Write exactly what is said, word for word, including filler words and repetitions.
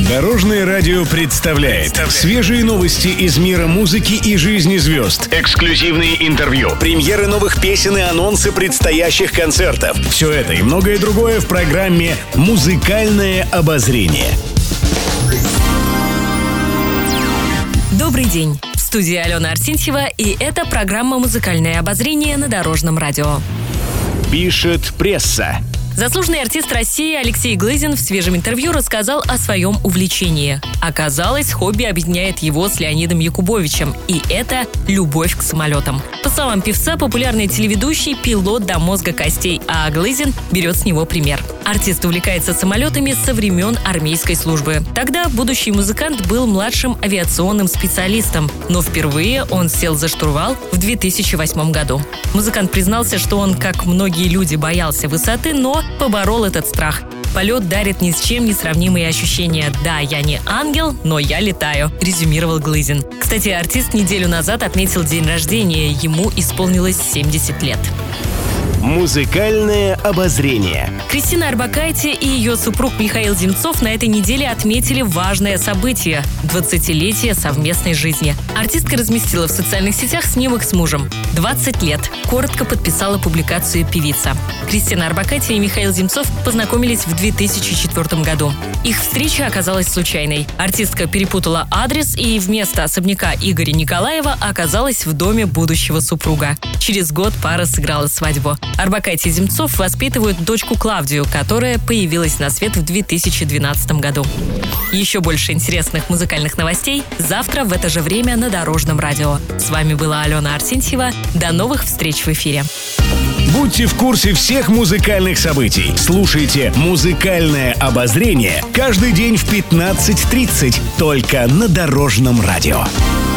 Дорожное радио представляет свежие новости из мира музыки и жизни звезд. Эксклюзивные интервью, премьеры новых песен и анонсы предстоящих концертов. Все это и многое другое в программе «Музыкальное обозрение». Добрый день. В студии Алена Арсентьева, и это программа «Музыкальное обозрение» на Дорожном радио. Пишет пресса. Заслуженный артист России Алексей Глызин в свежем интервью рассказал о своем увлечении. Оказалось, хобби объединяет его с Леонидом Якубовичем, и это любовь к самолетам. По словам певца, популярный телеведущий – пилот до мозга костей, а Глызин берет с него пример. Артист увлекается самолетами со времен армейской службы. Тогда будущий музыкант был младшим авиационным специалистом, но впервые он сел за штурвал в две тысячи восьмом году. Музыкант признался, что он, как многие люди, боялся высоты, но поборол этот страх. Полет дарит ни с чем не сравнимые ощущения. Да, я не ангел, но я летаю, резюмировал Глызин. Кстати, артист неделю назад отметил день рождения. Ему исполнилось семьдесят лет. Музыкальное обозрение. Кристина Орбакайте и ее супруг Михаил Земцов на этой неделе отметили важное событие – двадцатилетие совместной жизни. Артистка разместила в социальных сетях снимок с мужем. двадцать лет. Коротко подписала публикацию певица. Кристина Орбакайте и Михаил Земцов познакомились в две тысячи четвёртом году. Их встреча оказалась случайной. Артистка перепутала адрес и вместо особняка Игоря Николаева оказалась в доме будущего супруга. Через год пара сыграла свадьбу. Орбакайте и Земцов воспитывают дочку Клавдию, которая появилась на свет в две тысячи двенадцатом году. Еще больше интересных музыкальных новостей завтра в это же время на Дорожном радио. С вами была Алена Арсентьева. До новых встреч в эфире. Будьте в курсе всех музыкальных событий. Слушайте «Музыкальное обозрение» каждый день в пятнадцать тридцать только на Дорожном радио.